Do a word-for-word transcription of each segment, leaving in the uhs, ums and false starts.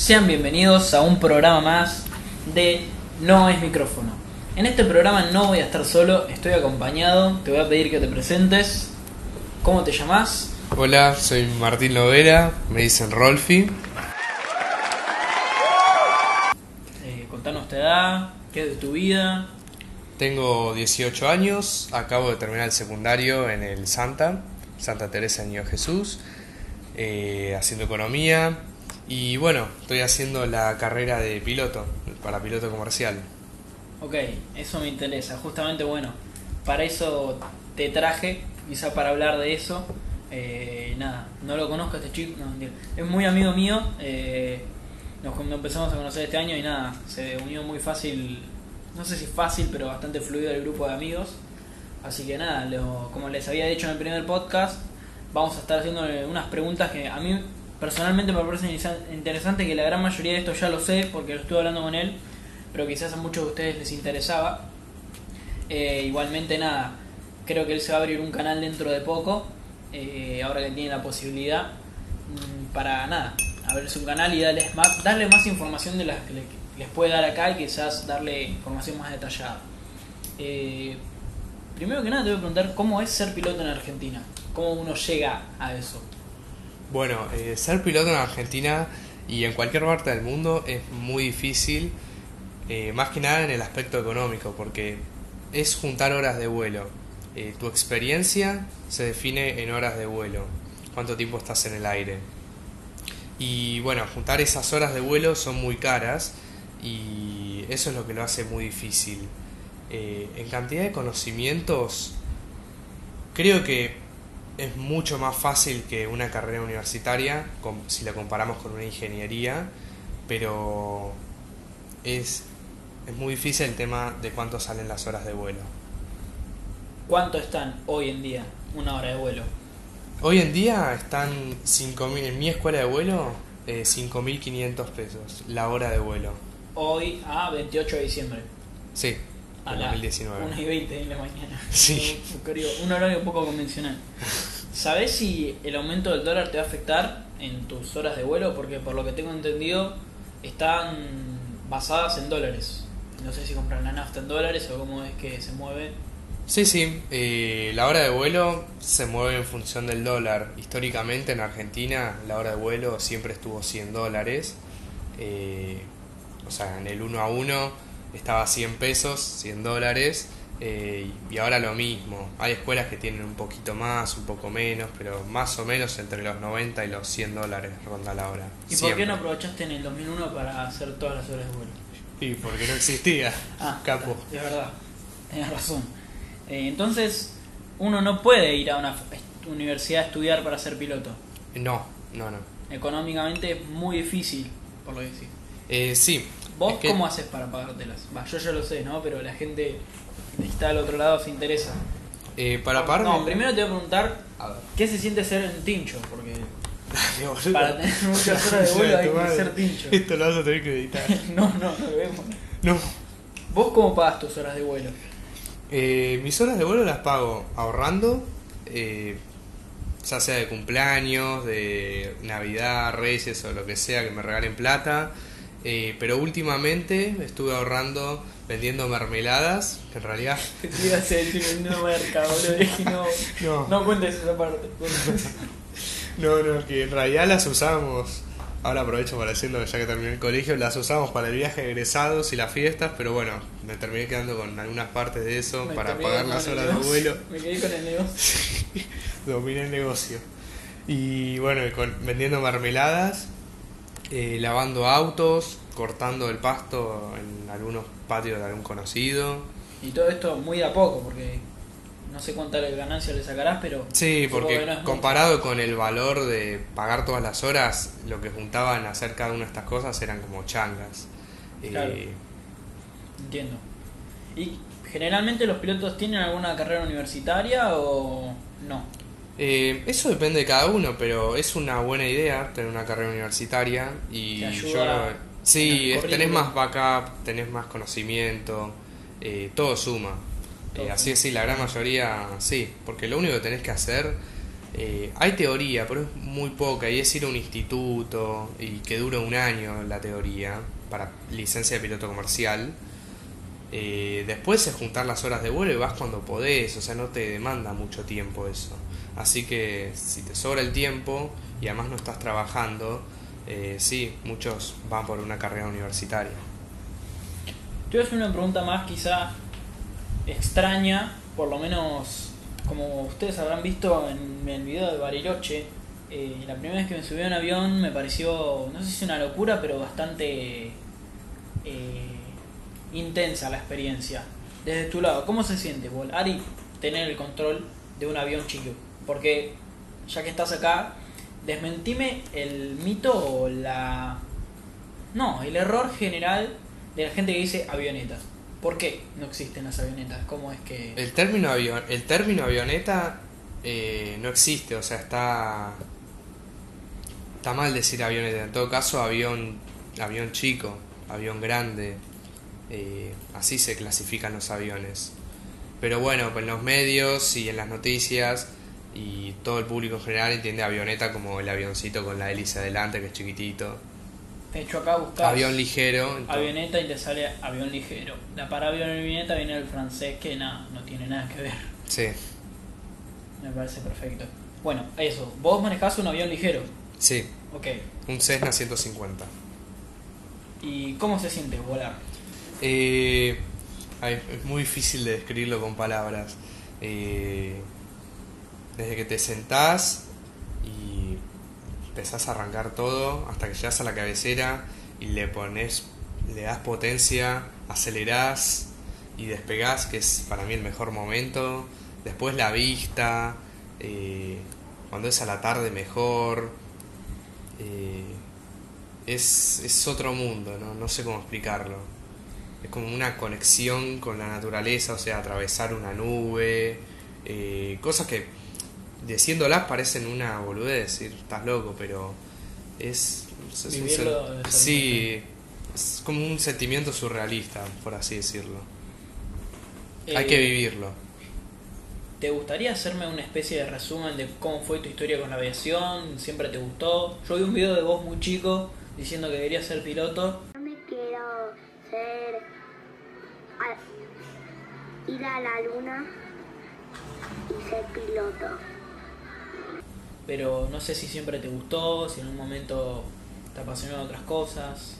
Sean bienvenidos a un programa más de No es Micrófono. En este programa no voy a estar solo, estoy acompañado. Te voy a pedir que te presentes. ¿Cómo te llamas? Hola, soy Martín Lovera, me dicen Rolfi. Eh, contanos tu edad, qué es de tu vida. Tengo dieciocho años, acabo de terminar el secundario en el Santa, Santa Teresa de Niño Jesús, eh, haciendo economía. Y bueno, estoy haciendo la carrera de piloto, para piloto comercial. Ok, eso me interesa. Justamente, bueno, para eso te traje, quizá para hablar de eso. Eh, nada, no lo conozco a este chico, no, mentira. Es muy amigo mío. Eh, nos, nos empezamos a conocer este año y nada, se unió muy fácil, no sé si fácil, pero bastante fluido el grupo de amigos. Así que nada, lo, como les había dicho en el primer podcast, vamos a estar haciendo unas preguntas que a mí personalmente me parece interesante, que la gran mayoría de esto ya lo sé porque lo estuve hablando con él, pero quizás a muchos de ustedes les interesaba. Eh, igualmente nada, creo que él se va a abrir un canal dentro de poco, eh, ahora que tiene la posibilidad, para nada, abrirse un canal y darles más, darle más información de las que les puede dar acá y quizás darle información más detallada. Eh, primero que nada te voy a preguntar cómo es ser piloto en Argentina, cómo uno llega a eso. Bueno, eh, ser piloto en Argentina y en cualquier parte del mundo es muy difícil, eh, más que nada en el aspecto económico, porque es juntar horas de vuelo. Eh, tu experiencia se define en horas de vuelo, cuánto tiempo estás en el aire. Y bueno, juntar esas horas de vuelo son muy caras y eso es lo que lo hace muy difícil. Eh, en cantidad de conocimientos, creo que es mucho más fácil que una carrera universitaria si la comparamos con una ingeniería, pero es, es muy difícil el tema de cuánto salen las horas de vuelo. ¿Cuánto están hoy en día una hora de vuelo? Hoy en día están cinco mil, en mi escuela de vuelo, eh, cinco mil quinientos pesos la hora de vuelo. Hoy a veintiocho de diciembre. Sí, a dos mil diecinueve. una y veinte de la mañana. Sí. Un, un horario poco convencional. ¿Sabés si el aumento del dólar te va a afectar en tus horas de vuelo? Porque por lo que tengo entendido están basadas en dólares. No sé si compran la nafta en dólares o cómo es que se mueve. Sí, sí, eh, la hora de vuelo se mueve en función del dólar. Históricamente en Argentina la hora de vuelo siempre estuvo cien dólares. Eh, o sea, en el uno a uno estaba cien pesos, cien dólares. Eh, y ahora lo mismo. Hay escuelas que tienen un poquito más, un poco menos, pero más o menos entre los noventa y los cien dólares ronda la hora. ¿Y siempre. por qué no aprovechaste en el dos mil uno para hacer todas las horas de vuelo? Y porque no existía. Ah, capo. Es verdad, tienes razón. Eh, entonces, uno no puede ir a una universidad a estudiar para ser piloto. No, no, no. Económicamente es muy difícil, por lo que decís. Eh, sí. ¿Vos es que... cómo haces para pagártelas? Va, yo ya lo sé, ¿no? Pero la gente que está al otro lado se interesa. Eh, para pagar... No, primero te voy a preguntar qué se siente ser un tincho, porque Dios, para tener muchas horas de vuelo hay que ser tincho. Esto lo vas a tener que editar. No, no, no lo vemos. No. ¿Vos cómo pagas tus horas de vuelo? Eh, mis horas de vuelo las pago ahorrando, eh, ya sea de cumpleaños, de Navidad, Reyes o lo que sea que me regalen plata. Eh, pero últimamente estuve ahorrando vendiendo mermeladas, que en realidad... Te ibas a decir vendiendo merca, boludo, y no, no. no cuentes esa parte. no, no, que en realidad las usamos, ahora aprovecho para decirlo, ya que terminé el colegio, las usamos para el viaje de egresados y las fiestas, pero bueno, me terminé quedando con algunas partes de eso me para pagar las horas de vuelo. Me quedé con el negocio. Dominé el negocio. Y bueno, con, vendiendo mermeladas, eh, lavando autos, cortando el pasto en algunos patios de algún conocido. Y todo esto muy de a poco, porque no sé cuánta ganancia le sacarás, pero... Sí, porque no es comparado mucho. Con el valor de pagar todas las horas, lo que juntaban a hacer cada una de estas cosas eran como changas. Claro. Eh, Entiendo. ¿Y generalmente los pilotos tienen alguna carrera universitaria o no? Eh, eso depende de cada uno, pero es una buena idea tener una carrera universitaria y ¿Te ayuda yo sí, en el tenés más backup, tenés más conocimiento, eh, todo suma. Todo Eh, así es, sí, la gran mayoría sí, porque lo único que tenés que hacer Eh, hay teoría, pero es muy poca y es ir a un instituto y que dura un año la teoría para licencia de piloto comercial. Eh, después es juntar las horas de vuelo y vas cuando podés, o sea, no te demanda mucho tiempo eso. Así que si te sobra el tiempo y además no estás trabajando, eh, sí, muchos van por una carrera universitaria. Te voy a hacer una pregunta más quizá extraña, por lo menos como ustedes habrán visto en el video de Bariloche. Eh, la primera vez que me subí a un avión me pareció, no sé si una locura, pero bastante eh, intensa la experiencia. Desde tu lado, ¿cómo se siente volar y tener el control de un avión chico? Porque ya que estás acá, desmentime el mito o la... No, el error general de la gente que dice avionetas. ¿Por qué no existen las avionetas? ¿Cómo es que...? El término, avión, el término avioneta eh, no existe, o sea, está... Está mal decir avioneta, en todo caso avión, avión chico, avión grande, eh, así se clasifican los aviones. Pero bueno, en los medios y en las noticias y todo el público en general entiende avioneta como el avioncito con la hélice adelante que es chiquitito. De hecho acá buscas avión ligero. Entonces... avioneta y te sale avión ligero. La para avión y avioneta viene del francés que nada, no tiene nada que ver. Sí. Me parece perfecto. Bueno, eso, vos manejás un avión ligero. Sí. Ok. Un Cessna ciento cincuenta. ¿Y cómo se siente volar? Eh, ay, es muy difícil de describirlo con palabras. Eh, desde que te sentás y empezás a arrancar todo hasta que llegas a la cabecera y le pones, le das potencia, acelerás y despegás, que es para mí el mejor momento. Después la vista, eh, cuando es a la tarde mejor. Eh, es, es otro mundo, ¿no? No sé cómo explicarlo. Es como una conexión con la naturaleza, o sea, atravesar una nube, eh, cosas que diciéndolas parecen una boludez, decir, estás loco, pero es, es Vivirlo un, debe ser sí, es como un sentimiento surrealista, por así decirlo. Eh, Hay que vivirlo. ¿Te gustaría hacerme una especie de resumen de cómo fue tu historia con la aviación? ¿Siempre te gustó? Yo vi un video de vos muy chico diciendo que querías ser piloto. Yo me quiero ser... a- ir a la luna y ser piloto. Pero no sé si siempre te gustó, si en un momento te apasionaron otras cosas.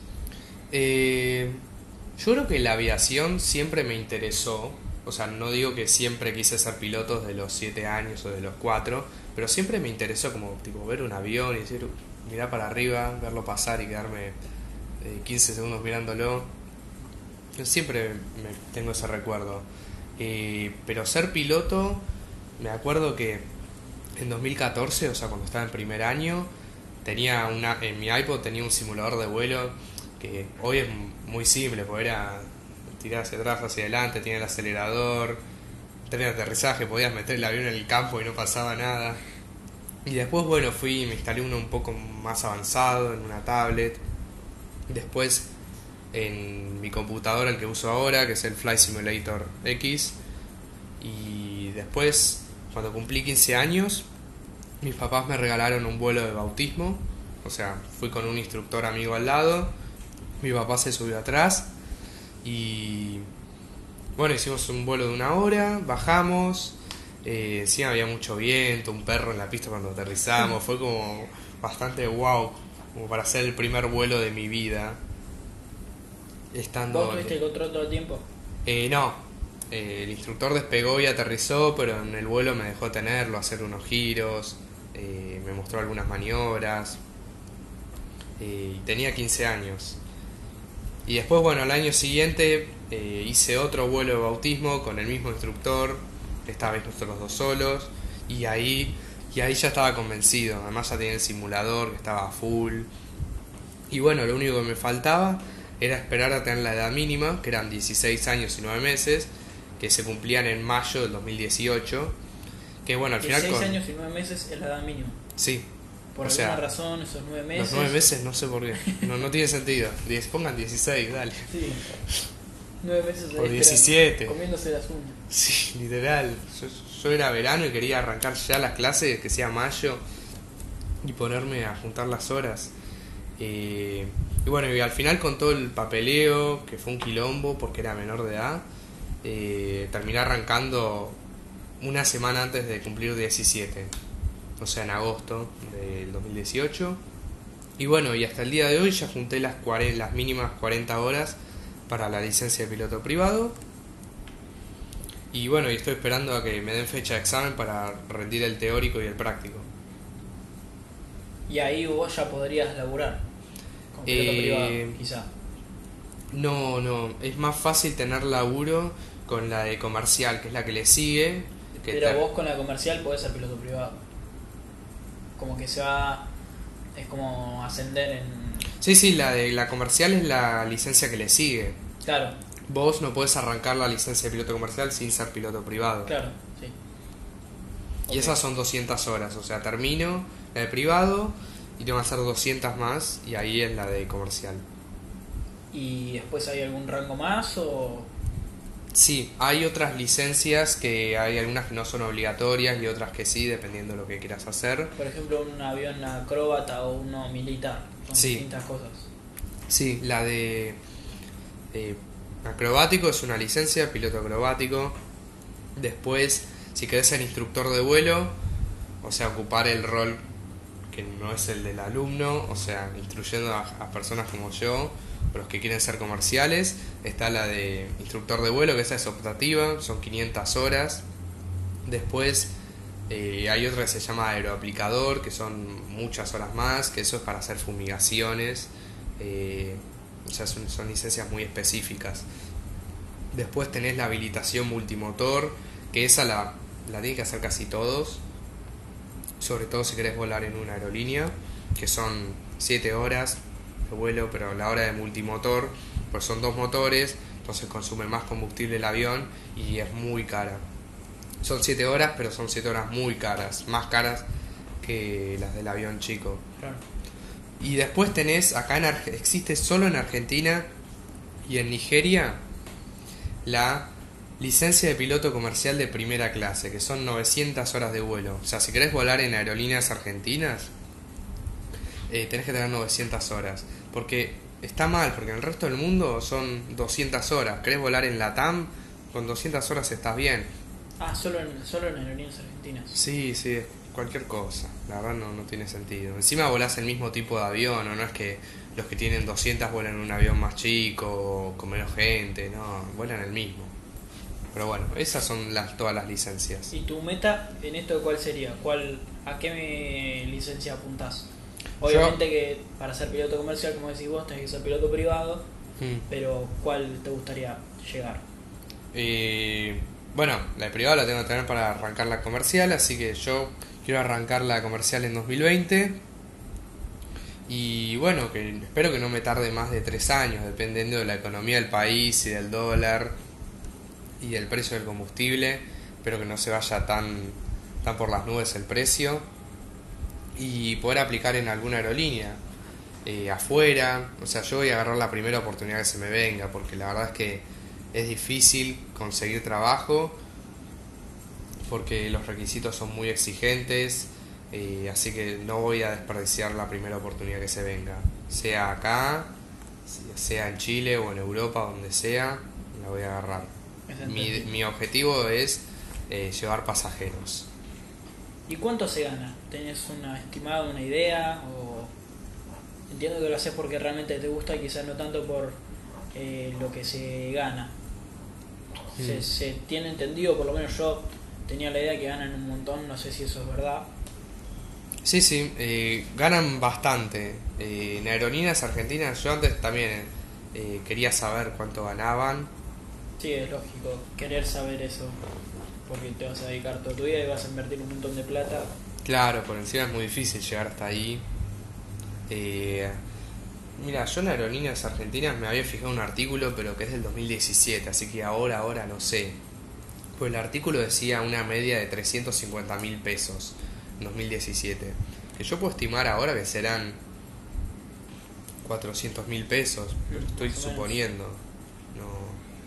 Eh, yo creo que la aviación siempre me interesó. O sea, no digo que siempre quise ser piloto de los siete años o de los cuatro, pero siempre me interesó como tipo ver un avión y decir, mirar para arriba, verlo pasar y quedarme eh, quince segundos mirándolo. Yo siempre me tengo ese recuerdo. Eh, pero ser piloto, me acuerdo que en dos mil catorce, o sea, cuando estaba en primer año, tenía una, en mi iPod tenía un simulador de vuelo que hoy es muy simple, porque era tirar hacia atrás, hacia adelante, tenía el acelerador, tren de aterrizaje, podías meter el avión en el campo y no pasaba nada. Y después, bueno, fui y me instalé uno un poco más avanzado en una tablet. Después en mi computadora, el que uso ahora, que es el Flight Simulator X. Y después, cuando cumplí quince años, mis papás me regalaron un vuelo de bautismo. O sea, fui con un instructor amigo al lado, mi papá se subió atrás y bueno, hicimos un vuelo de una hora, bajamos, eh, encima había mucho viento, un perro en la pista cuando aterrizamos, fue como bastante wow, como para hacer el primer vuelo de mi vida. Estando ¿Vos tuviste el control todo el tiempo? Eh, no, eh, el instructor despegó y aterrizó, pero en el vuelo me dejó tenerlo, hacer unos giros, eh, me mostró algunas maniobras, eh, y tenía quince años. Y después, bueno, al año siguiente eh, hice otro vuelo de bautismo con el mismo instructor, esta vez nosotros dos solos, y ahí, y ahí ya estaba convencido, además ya tenía el simulador que estaba a full. Y bueno, lo único que me faltaba era esperar a tener la edad mínima, que eran dieciséis años y nueve meses, que se cumplían en mayo del dos mil dieciocho. Que bueno, al final. dieciséis con... años y nueve meses es la edad mínima. Sí. Por o alguna sea, razón, esos nueve meses. Los nueve meses, no sé por qué. No, no tiene sentido. Diez, pongan dieciséis, dale. Sí. Nueve meses ahí O esperando, diecisiete. comiéndose las uñas. Sí, literal. Yo, yo era verano y quería arrancar ya las clases, que sea mayo, y ponerme a juntar las horas. Eh, y bueno, y al final con todo el papeleo, que fue un quilombo porque era menor de edad, eh, terminé arrancando una semana antes de cumplir diecisiete, o sea, en agosto del dos mil dieciocho. Y bueno, y hasta el día de hoy ya junté las, cuarenta, las mínimas cuarenta horas para la licencia de piloto privado. Y bueno, y estoy esperando a que me den fecha de examen para rendir el teórico y el práctico. Y ahí vos ya podrías laburar con piloto Eh, privado, quizá. No, no, es más fácil tener laburo con la de comercial, que es la que le sigue. Que Pero te- vos con la comercial podés ser piloto privado. Como que se va... Es como ascender en... Sí, sí, la de la comercial es la licencia que le sigue. Claro, Vos no podés arrancar la licencia de piloto comercial sin ser piloto privado. claro, sí. Y Ok. esas son doscientas horas, o sea, termino la de privado y tengo que hacer doscientas más y ahí es la de comercial. ¿Y después hay algún rango más o...? Sí, hay otras licencias que hay algunas que no son obligatorias y otras que sí, dependiendo de lo que quieras hacer. Por ejemplo, un avión acróbata o uno militar. Son Sí. distintas cosas. Sí, la de eh, acrobático es una licencia, piloto acrobático. Después, si querés ser instructor de vuelo, o sea, ocupar el rol que no es el del alumno, o sea, instruyendo a, a personas como yo, o los que quieren ser comerciales, está la de instructor de vuelo, que esa es optativa, son quinientas horas. Después eh, hay otra que se llama aeroaplicador, que son muchas horas más, que eso es para hacer fumigaciones, eh, o sea, son, son licencias muy específicas. Después tenés la habilitación multimotor, que esa la, la tienen que hacer casi todos, sobre todo si querés volar en una aerolínea, que son siete horas de vuelo, pero la hora de multimotor, pues son dos motores, entonces consume más combustible el avión y es muy cara. Son siete horas, pero son siete horas muy caras, más caras que las del avión chico. Claro. Y después tenés, acá en Arge- existe solo en Argentina y en Nigeria, la licencia de piloto comercial de primera clase, que son novecientas horas de vuelo. O sea, si querés volar en aerolíneas argentinas, eh, tenés que tener novecientas horas. Porque está mal, porque en el resto del mundo son doscientas horas. ¿Querés volar en LATAM? Con doscientas horas estás bien. Ah, solo en, solo en aerolíneas argentinas. Sí, sí, cualquier cosa. La verdad no, no tiene sentido. Encima volás el mismo tipo de avión, ¿no? No es que los que tienen doscientas vuelan en un avión más chico o con menos gente, no, vuelan el mismo. Pero bueno, esas son las, todas las licencias. ¿Y tu meta en esto cuál sería? ¿Cuál, ¿A qué me licencia apuntás? Obviamente Yo- que para ser piloto comercial, como decís vos, tenés que ser piloto privado, Mm. pero ¿cuál te gustaría llegar? Eh, bueno, la de privado la tengo que tener para arrancar la comercial, así que yo quiero arrancar la comercial en dos mil veinte. Y bueno, que espero que no me tarde más de tres años, dependiendo de la economía del país y del dólar y del precio del combustible. Espero que no se vaya tan, tan por las nubes el precio. Y poder aplicar en alguna aerolínea eh, afuera. O sea, yo voy a agarrar la primera oportunidad que se me venga, porque la verdad es que es difícil conseguir trabajo, porque los requisitos son muy exigentes. Eh, así que no voy a desperdiciar la primera oportunidad que se venga, sea acá, sea en Chile o en Europa, donde sea, la voy a agarrar. Es Mi, entendible. mi objetivo es eh, llevar pasajeros. ¿Y cuánto se gana? ¿Tenés una estimada, una idea? O entiendo que lo haces porque realmente te gusta y quizás no tanto por eh, lo que se gana. Se, Mm. se tiene entendido, por lo menos yo tenía la idea que ganan un montón, no sé si eso es verdad. Sí, sí, eh, ganan bastante. Eh, en aerolíneas argentinas, yo antes también eh, quería saber cuánto ganaban. Sí, es lógico querer saber eso, porque te vas a dedicar todo tu vida y vas a invertir un montón de plata. Claro, por encima es muy difícil llegar hasta ahí. Eh, mira, yo en aerolíneas argentinas me había fijado un artículo, pero que es del dos mil diecisiete, así que ahora, ahora no sé. Pues el artículo decía una media de trescientos cincuenta mil pesos en dos mil diecisiete. Que yo puedo estimar ahora que serán cuatrocientos mil pesos, pero estoy Más o menos. suponiendo. No,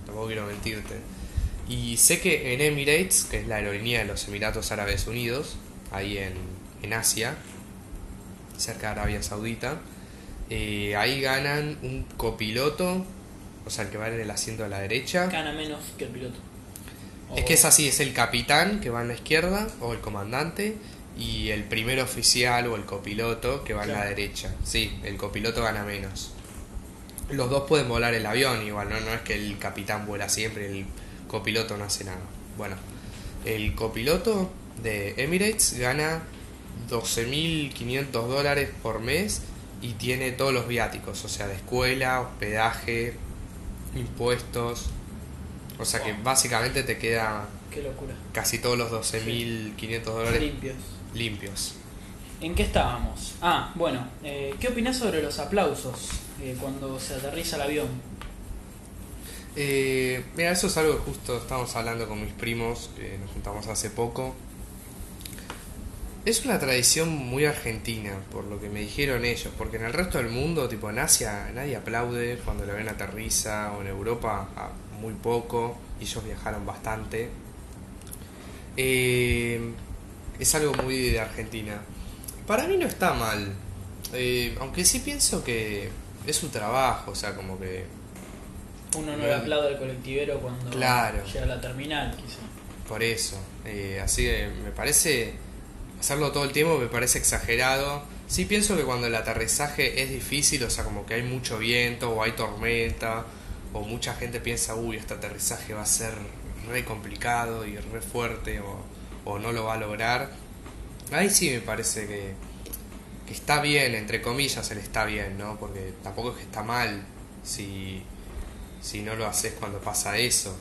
tampoco quiero mentirte. Y sé que en Emirates, que es la aerolínea de los Emiratos Árabes Unidos, ahí en, en Asia, cerca de Arabia Saudita, eh, ahí ganan un copiloto, o sea, el que va en el asiento de la derecha. Gana menos que el piloto. Es que es así, es el capitán que va en la izquierda, o el comandante, y el primer oficial o el copiloto que va en Claro. la derecha. Sí, el copiloto gana menos. Los dos pueden volar el avión igual, ¿no? No es que el capitán vuela siempre, el copiloto no hace nada. Bueno, el copiloto de Emirates gana doce mil quinientos dólares por mes y tiene todos los viáticos, o sea, de escuela, hospedaje, impuestos. O sea que Wow. básicamente te queda Qué locura. casi todos los doce mil quinientos dólares Limpios. limpios. ¿En qué estábamos? Ah, bueno, eh, ¿qué opinás sobre los aplausos eh, cuando se aterriza el avión? Eh, mira, eso es algo que justo estábamos hablando con mis primos, que nos juntamos hace poco. Es una tradición muy argentina, por lo que me dijeron ellos, porque en el resto del mundo, tipo en Asia, nadie aplaude cuando el avión aterriza, o en Europa ah, muy poco, y ellos viajaron bastante. Eh, es algo muy de Argentina. Para mí no está mal, eh, aunque sí pienso que es su trabajo, o sea, como que... Uno no No. le aplaude al colectivero cuando Claro. llega a la terminal, quizá. Por eso, eh, así que me parece hacerlo todo el tiempo me parece exagerado. Sí pienso que cuando el aterrizaje es difícil, o sea, como que hay mucho viento o hay tormenta o mucha gente piensa, uy, este aterrizaje va a ser re complicado y re fuerte o, o no lo va a lograr. Ahí sí me parece que, que está bien, entre comillas, el está bien, ¿no? Porque tampoco es que está mal si, si no lo haces cuando pasa eso.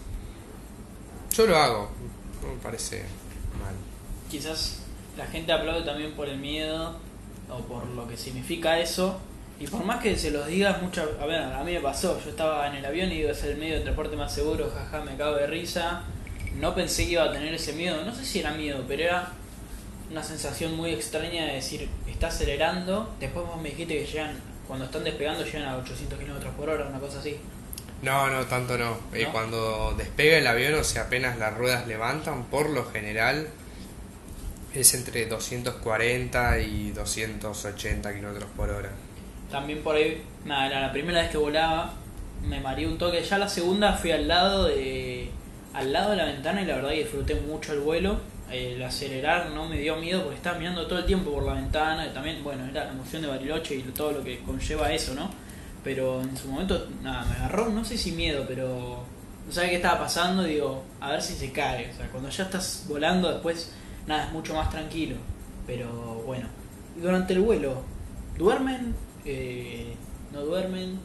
Yo lo hago, no me parece mal. Quizás la gente aplaude también por el miedo o por lo que significa eso. Y por más que se los digas muchas... A ver, a mí me pasó. Yo estaba en el avión y digo, es el medio de transporte más seguro, jaja, me cago de risa. No pensé que iba a tener ese miedo. No sé si era miedo, pero era una sensación muy extraña de decir, está acelerando. Después vos me dijiste que llegan, cuando están despegando, llegan a ochocientos kilómetros por hora, una cosa así. No, no, tanto no. Eh, ¿No? Cuando despega el avión, o sea, apenas las ruedas levantan, por lo general es entre doscientos cuarenta y doscientos ochenta kilómetros por hora. También por ahí, nada, era la primera vez que volaba, me mareé un toque. Ya la segunda fui al lado de al lado de la ventana y la verdad que disfruté mucho el vuelo. El acelerar no me dio miedo porque estaba mirando todo el tiempo por la ventana. Y también, bueno, era la emoción de Bariloche y todo lo que conlleva eso, ¿no? Pero en su momento, nada, me agarró, no sé si miedo, pero no sabía qué estaba pasando. Y digo, a ver si se cae. O sea, cuando ya estás volando, después, nada, es mucho más tranquilo. Pero bueno, y durante el vuelo, ¿duermen? Eh, ¿No duermen?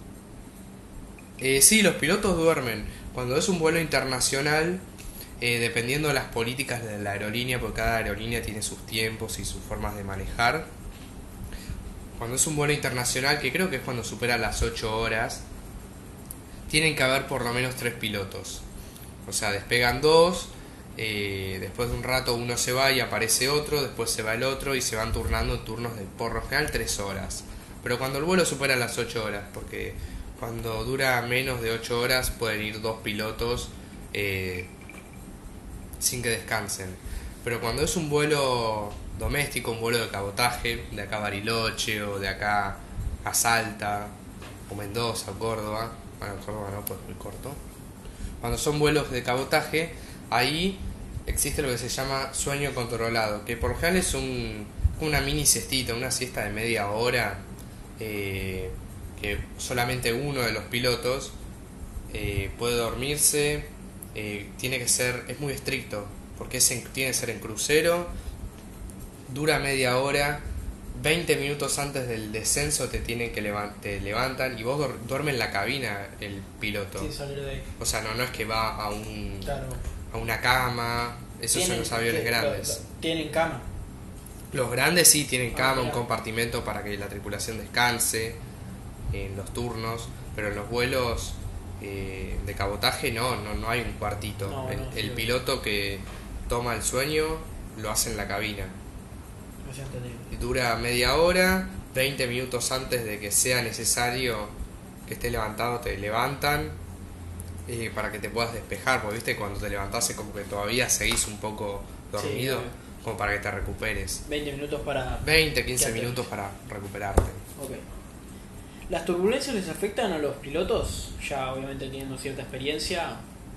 Eh, sí, los pilotos duermen. Cuando es un vuelo internacional, eh, dependiendo de las políticas de la aerolínea, porque cada aerolínea tiene sus tiempos y sus formas de manejar. Cuando es un vuelo internacional, que creo que es cuando supera las ocho horas, tienen que haber por lo menos tres pilotos. O sea, despegan dos, eh, después de un rato uno se va y aparece otro, después se va el otro y se van turnando en turnos de por lo general tres horas. Pero cuando el vuelo supera las ocho horas, porque cuando dura menos de ocho horas pueden ir dos pilotos eh, sin que descansen. Pero cuando es un vuelo doméstico, un vuelo de cabotaje, de acá a Bariloche o de acá a Salta o Mendoza o Córdoba, bueno, Córdoba no, pues muy corto. Cuando son vuelos de cabotaje, ahí existe lo que se llama sueño controlado, que por lo general es un, una mini siestita, una siesta de media hora, eh, que solamente uno de los pilotos eh, puede dormirse. Eh, tiene que ser, es muy estricto, porque es en, tiene que ser en crucero, dura media hora, veinte minutos antes del descenso te tienen que levan- te levantan y vos dor- duerme en la cabina el piloto. Sí, salir de ahí. O sea, no, no es que va a un Claro. a una cama, esos son Tienen- los aviones que- grandes. lo- lo- Tienen cama. Los grandes sí tienen Ah, cama, un mira. compartimento para que la tripulación descanse en los turnos, pero en los vuelos eh, de cabotaje no, no, no hay un cuartito. No, el no, el sí. piloto que toma el sueño lo hace en la cabina. No sé, entendí. Y dura media hora, veinte minutos antes de que sea necesario que estés levantado te levantan eh, para que te puedas despejar, porque viste cuando te levantás es como que todavía seguís un poco dormido, Sí, como para que te recuperes. veinte minutos para... veinte, quince quedarte. minutos para recuperarte. Ok. ¿Las turbulencias les afectan a los pilotos? Ya obviamente teniendo cierta experiencia.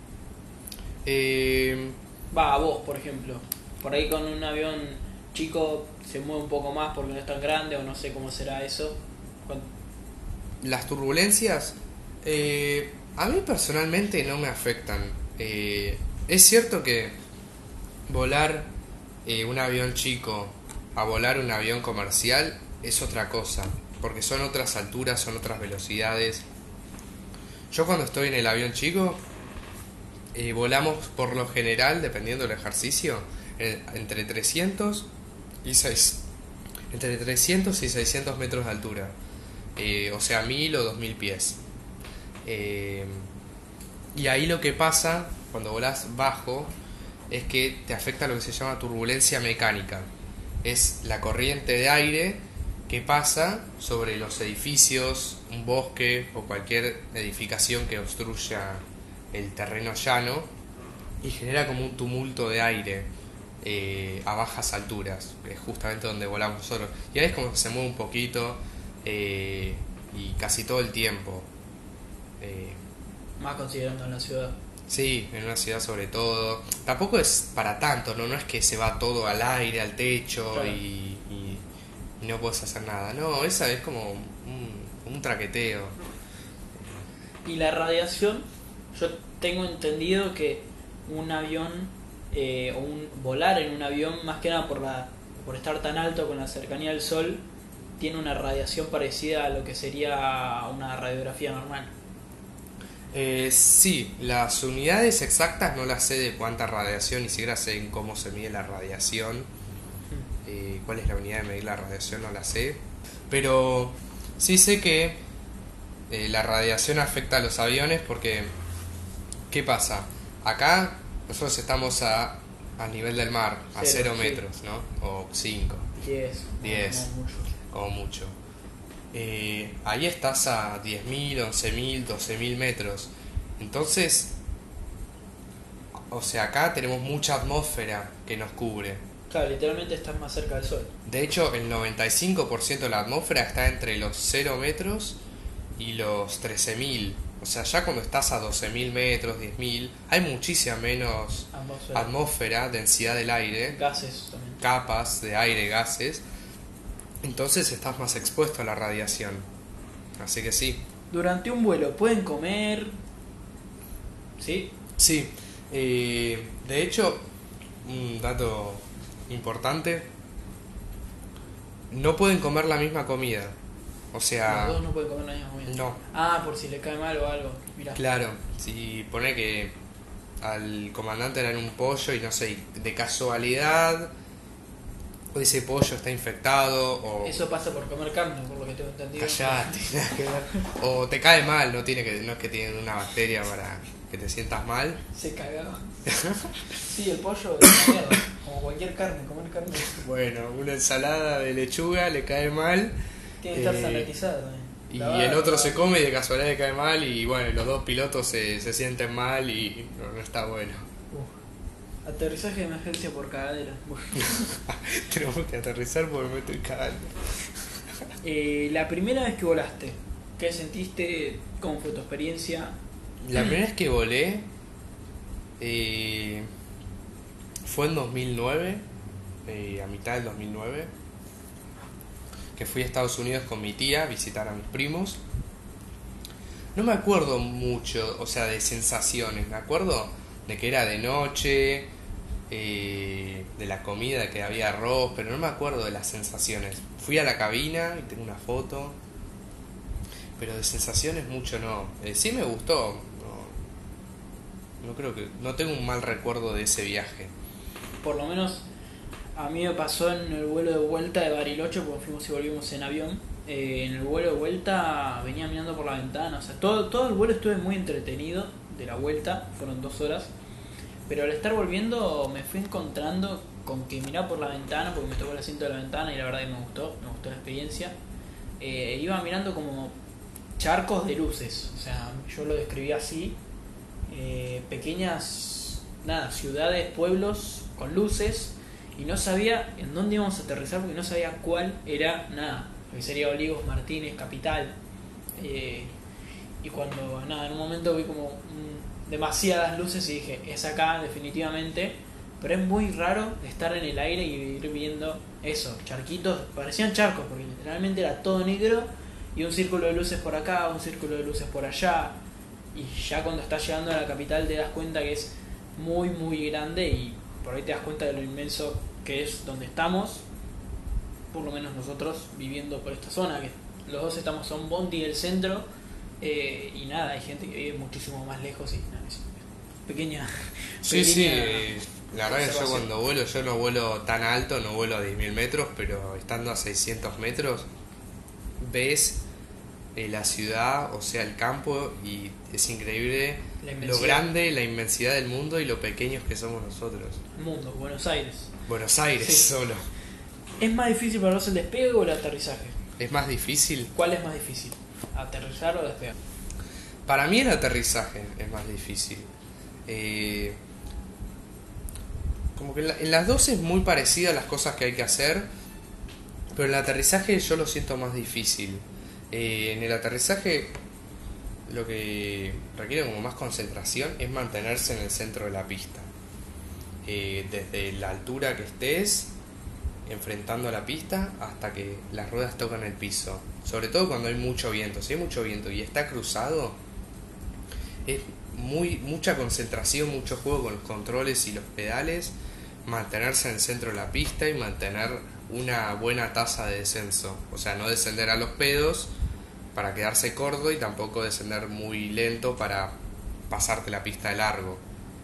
Eh, Va, a vos, por ejemplo. Por ahí con un avión chico se mueve un poco más porque no es tan grande o no sé cómo será eso. ¿Cuán- las turbulencias, eh, a mí personalmente no me afectan. Eh, es cierto que volar eh, un avión chico a volar un avión comercial es otra cosa, porque son otras alturas, son otras velocidades. Yo cuando estoy en el avión chico, eh, volamos por lo general, dependiendo del ejercicio, en- entre trescientos y seis, entre trescientos y seiscientos metros de altura. Eh, o sea, mil o dos mil pies. Eh, y ahí lo que pasa cuando volás bajo es que te afecta lo que se llama turbulencia mecánica. Es la corriente de aire que pasa sobre los edificios, un bosque o cualquier edificación que obstruya el terreno llano y genera como un tumulto de aire eh, a bajas alturas, que es justamente donde volamos nosotros. Y ahí es como que se mueve un poquito eh, y casi todo el tiempo. Eh, Más considerando en la ciudad. Sí, en una ciudad sobre todo. Tampoco es para tanto, ¿no? No es que se va todo al aire, al techo Claro. y, y- y no puedes hacer nada. No, esa es como un, un traqueteo. Y la radiación, yo tengo entendido que un avión eh, o un volar en un avión, más que nada por la por estar tan alto con la cercanía del sol, tiene una radiación parecida a lo que sería una radiografía normal. Eh, sí, las unidades exactas no las sé de cuánta radiación, ni siquiera sé en cómo se mide la radiación. Eh, cuál es la unidad de medir la radiación, no la sé. Pero sí sé que eh, la radiación afecta a los aviones porque, ¿qué pasa? Acá nosotros estamos a, a nivel del mar, a Cero, cero sí. metros, ¿no? O cinco, diez. Diez. No, no mucho. como mucho. Eh, ahí estás a diez mil, once mil, doce mil metros. Entonces, o sea, acá tenemos mucha atmósfera que nos cubre. Claro, literalmente estás más cerca del sol. De hecho, el noventa y cinco por ciento de la atmósfera está entre los cero metros y los trece mil. O sea, ya cuando estás a doce mil metros, diez mil, hay muchísima menos Atmósfera. atmósfera, densidad del aire, Gases también. capas de aire, gases. Entonces estás más expuesto a la radiación. Así que sí. Durante un vuelo, ¿pueden comer? ¿Sí? Sí. Eh, de hecho, un dato importante, no pueden comer la misma comida. O sea, Los dos no pueden comer la misma comida. no. Ah, por si le cae mal o algo. Mirá. Claro, si pone que al comandante le dan un pollo y no sé, de casualidad o ese pollo está infectado o Eso pasa por comer carne, por lo que tengo entendido. callate, nada que ver. O te cae mal, no tiene que no es que tienen una bacteria para que te sientas mal. Se cagaba. Sí, el pollo es una mierda. Como cualquier carne, comer carne Bueno, una ensalada de lechuga le cae mal tiene que estar Eh, sanitizada también. y Lavada, el otro se lavada. come y de casualidad le cae mal y bueno, los dos pilotos se, se sienten mal y no, no está bueno. Uf. Aterrizaje de emergencia por cagadera. Bueno. Tenemos que aterrizar porque me estoy cagando. Eh, la primera vez que volaste, ¿qué sentiste? ¿Cómo fue tu experiencia? La primera vez que volé eh, fue en dos mil nueve, eh, a mitad del dos mil nueve, que fui a Estados Unidos con mi tía a visitar a mis primos. No me acuerdo mucho, o sea, de sensaciones. Me acuerdo de que era de noche, eh, de la comida, que había arroz, pero no me acuerdo de las sensaciones. Fui a la cabina y tengo una foto, pero de sensaciones mucho no. Eh, sí me gustó. No, no creo que, no tengo un mal recuerdo de ese viaje. Por lo menos a mí me pasó en el vuelo de vuelta de Bariloche, porque fuimos y volvimos en avión. Eh, en el vuelo de vuelta venía mirando por la ventana, o sea, todo, todo el vuelo estuve muy entretenido de la vuelta, fueron dos horas. Pero al estar volviendo me fui encontrando con que miraba por la ventana, porque me tocó el asiento de la ventana y la verdad que me gustó, me gustó la experiencia. Eh, iba mirando como charcos de luces, o sea, yo lo describí así. eh, pequeñas, nada, ciudades, pueblos con luces, y no sabía en dónde íbamos a aterrizar porque no sabía cuál era, nada, que sería Olivos, Martínez, Capital. Eh, y cuando, nada, en un momento vi como mm, demasiadas luces y dije, es acá definitivamente, pero es muy raro estar en el aire y ir viendo eso, charquitos, parecían charcos porque literalmente era todo negro y un círculo de luces por acá, un círculo de luces por allá, y ya cuando estás llegando a la capital te das cuenta que es muy muy grande y por ahí te das cuenta de lo inmenso que es donde estamos, por lo menos nosotros viviendo por esta zona, que los dos estamos a un bondi del centro, eh, y nada, hay gente que vive muchísimo más lejos y nada, es pequeña, Sí, pequeña sí, eh, la verdad que yo observación. cuando vuelo, yo no vuelo tan alto, no vuelo a diez mil metros, pero estando a seiscientos metros, ves eh, la ciudad, o sea, el campo, y es increíble La lo inmensidad. grande, la inmensidad del mundo y lo pequeños que somos nosotros. Mundo, Buenos Aires. Buenos Aires Sí. solo. ¿Es más difícil para vos el despegue o el aterrizaje? Es más difícil. ¿Cuál es más difícil? ¿Aterrizar o despegar? Para mí el aterrizaje es más difícil. Eh, como que en, la- en las dos es muy parecida las cosas que hay que hacer, pero el aterrizaje yo lo siento más difícil. Eh, en el aterrizaje lo que requiere como más concentración es mantenerse en el centro de la pista. Eh, desde la altura que estés, enfrentando a la pista, hasta que las ruedas tocan el piso. Sobre todo cuando hay mucho viento. Si hay mucho viento y está cruzado, es muy mucha concentración, mucho juego con los controles y los pedales, mantenerse en el centro de la pista y mantener una buena tasa de descenso. O sea, no descender a los pedos para quedarse corto y tampoco descender muy lento para pasarte la pista de largo.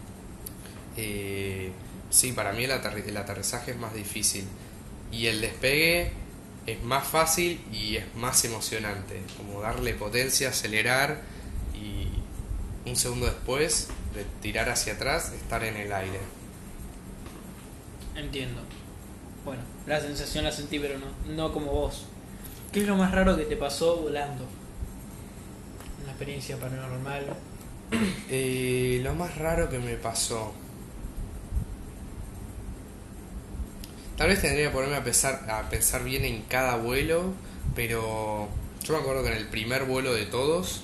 Eh, sí, para mí el, aterri- el aterrizaje es más difícil y el despegue es más fácil y es más emocionante, como darle potencia, acelerar y un segundo después de tirar hacia atrás, estar en el aire. Entiendo. Bueno, la sensación la sentí, pero no, no como vos. ¿Qué es lo más raro que te pasó volando? Una experiencia paranormal. Eh, lo más raro que me pasó. Tal vez tendría que ponerme a pensar, a pensar bien en cada vuelo, pero yo me acuerdo que en el primer vuelo de todos,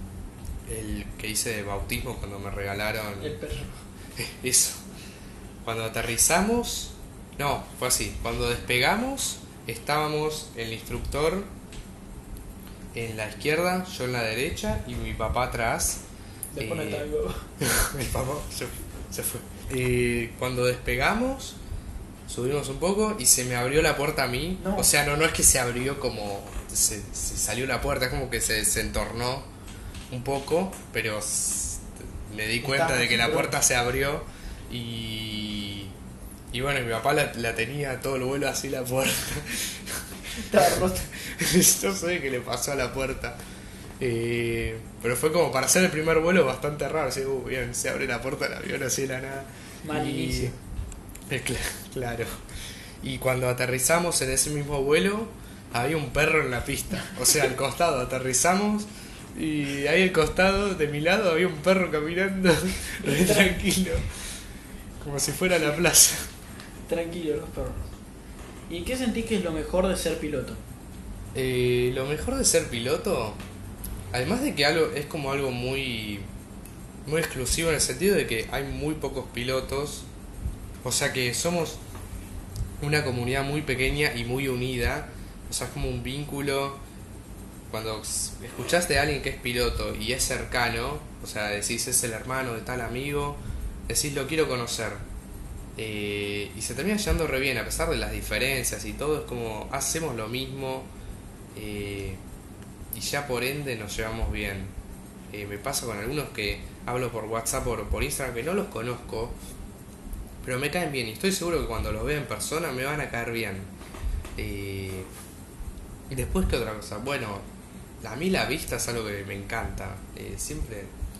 el que hice de bautismo cuando me regalaron El perro. eso, cuando aterrizamos, no, fue así, cuando despegamos estábamos el instructor en la izquierda, yo en la derecha y mi papá atrás. Después Eh, no está algo. Mi papá se, se fue. Eh, cuando despegamos, subimos un poco y se me abrió la puerta a mí. No. O sea, no, no es que se abrió como se, se salió la puerta, es como que se, se entornó un poco, pero s- me di cuenta Está de que la pronto. puerta se abrió y, y bueno, mi papá la, la tenía todo el vuelo así la puerta. Estaba roto. No sé qué le pasó a la puerta. Eh, pero fue como para hacer el primer vuelo bastante raro. Así, uh, bien, se abre la puerta del avión así de la nada. Mal inicio. Eh, cl- claro. Y cuando aterrizamos en ese mismo vuelo, había un perro en la pista. O sea, al costado aterrizamos y ahí al costado, de mi lado, había un perro caminando re tranquilo. Como si fuera la plaza. Tranquilo los perros. ¿Y qué sentís que es lo mejor de ser piloto? Eh, lo mejor de ser piloto, además de que algo es como algo muy muy exclusivo en el sentido de que hay muy pocos pilotos, o sea que somos una comunidad muy pequeña y muy unida, o sea, es como un vínculo. Cuando s- escuchás de alguien que es piloto y es cercano, o sea, decís es el hermano de tal amigo, decís lo quiero conocer. Eh, y se termina llevando re bien, a pesar de las diferencias y todo, es como hacemos lo mismo, eh, y ya por ende nos llevamos bien. Eh, me pasa con algunos que hablo por WhatsApp o por Instagram que no los conozco, pero me caen bien y estoy seguro que cuando los vea en persona me van a caer bien. Eh, y después, ¿qué otra cosa? Bueno, a mí la vista es algo que me encanta. Eh, siempre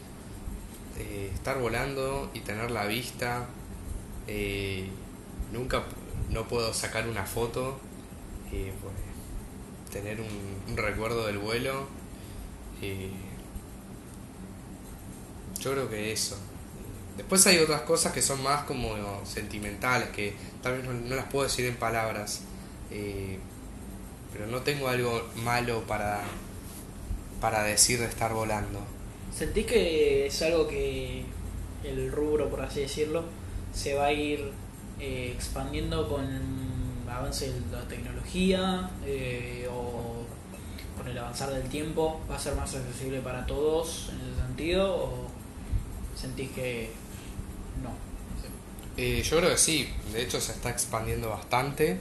eh, estar volando y tener la vista. Eh, nunca p- no puedo sacar una foto, eh, pues, tener un, un recuerdo del vuelo. eh, Yo creo que eso. Después hay otras cosas que son más como sentimentales, que tal vez no, no las puedo decir en palabras, eh, pero no tengo algo malo para, para decir de estar volando. ¿Sentís que es algo que el rubro, por así decirlo, se va a ir eh, expandiendo con el avance de la tecnología eh, o con el avanzar del tiempo? ¿Va a ser más accesible para todos en ese sentido o sentís que no? No sé. Eh, yo creo que sí, de hecho se está expandiendo bastante.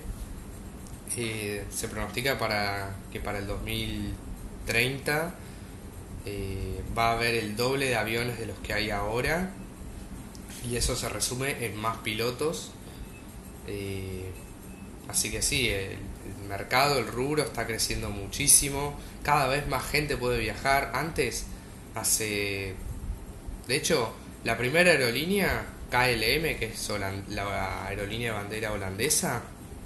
Eh, se pronostica para que para el dos mil treinta eh, va a haber el doble de aviones de los que hay ahora, y eso se resume en más pilotos. Eh, así que sí, el, el mercado, el rubro está creciendo muchísimo, cada vez más gente puede viajar. Antes, hace... De hecho, la primera aerolínea, K L M, que es holand- la aerolínea de bandera holandesa,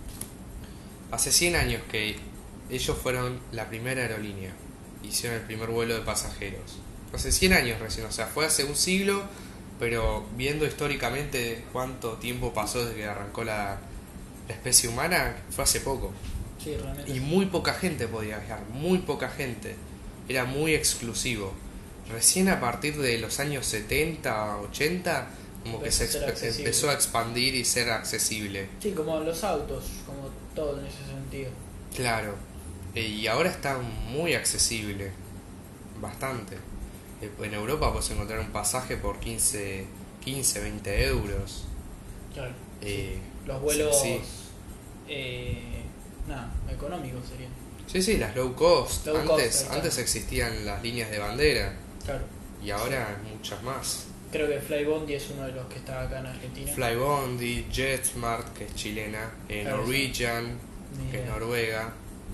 hace cien años que ellos fueron la primera aerolínea, hicieron el primer vuelo de pasajeros. Hace cien años recién, o sea, fue hace un siglo, pero viendo históricamente cuánto tiempo pasó desde que arrancó la, la especie humana, fue hace poco. Sí, realmente. Y muy poca gente podía viajar, muy poca gente. Era muy exclusivo. Recién a partir de los años setenta, ochenta, como que Empezó se a ser exp- accesible. empezó a expandir y ser accesible. Sí, como los autos, como todo en ese sentido. Claro. Eh, Y ahora está muy accesible. Bastante. Eh, En Europa puedes encontrar un pasaje por quince, quince, veinte euros. Claro. Eh, Los vuelos, sí, eh, nada, económicos serían. sí, sí, las low cost. Low cost, antes, ahí está. antes existían las líneas de bandera Claro. y ahora hay muchas más. Creo que Flybondi es uno de los que está acá en Argentina. Flybondi, JetSmart, que es chilena, eh, Claro, Norwegian, Ni que es idea. noruega.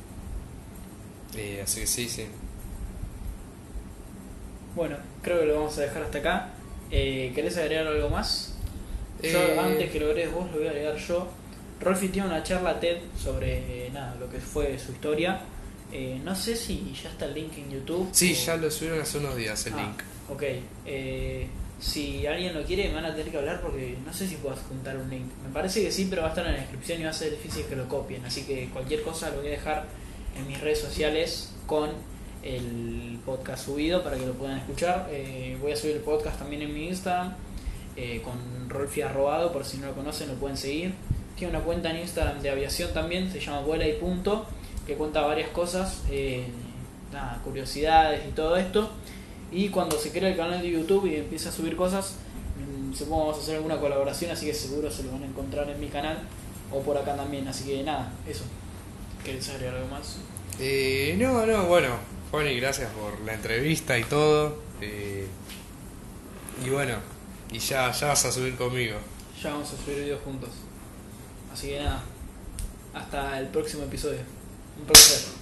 Eh, así que sí, sí. Bueno, creo que lo vamos a dejar hasta acá. Eh, ¿Querés agregar algo más? Yo, Eh, antes que lo agregues vos, lo voy a agregar yo. Rolfi tiene una charla TED sobre eh, nada, lo que fue su historia. Eh, no sé si ya está el link en YouTube. Sí, o- ya lo subieron hace unos días el Ah, link. ok. Eh, si alguien lo quiere, me van a tener que hablar porque no sé si puedo juntar un link. Me parece que sí, pero va a estar en la descripción y va a ser difícil que lo copien. Así que cualquier cosa lo voy a dejar en mis redes sociales con el podcast subido para que lo puedan escuchar. Eh, voy a subir el podcast también en mi Instagram eh, con Rolfi Arrobado, por si no lo conocen lo pueden seguir. Tiene una cuenta en Instagram de aviación también, se llama Vuela y Punto, que cuenta varias cosas, eh, nada, curiosidades y todo esto. Y cuando se crea el canal de YouTube y empieza a subir cosas, mm, supongo que vamos a hacer alguna colaboración, así que seguro se lo van a encontrar en mi canal o por acá también. Así que nada, eso. ¿Querés agregar algo más? Eh, no, no, bueno, Juani, gracias por la entrevista y todo. Eh, y bueno, y ya, ya vas a subir conmigo. Ya vamos a subir videos juntos. Así que nada, hasta el próximo episodio. Un placer.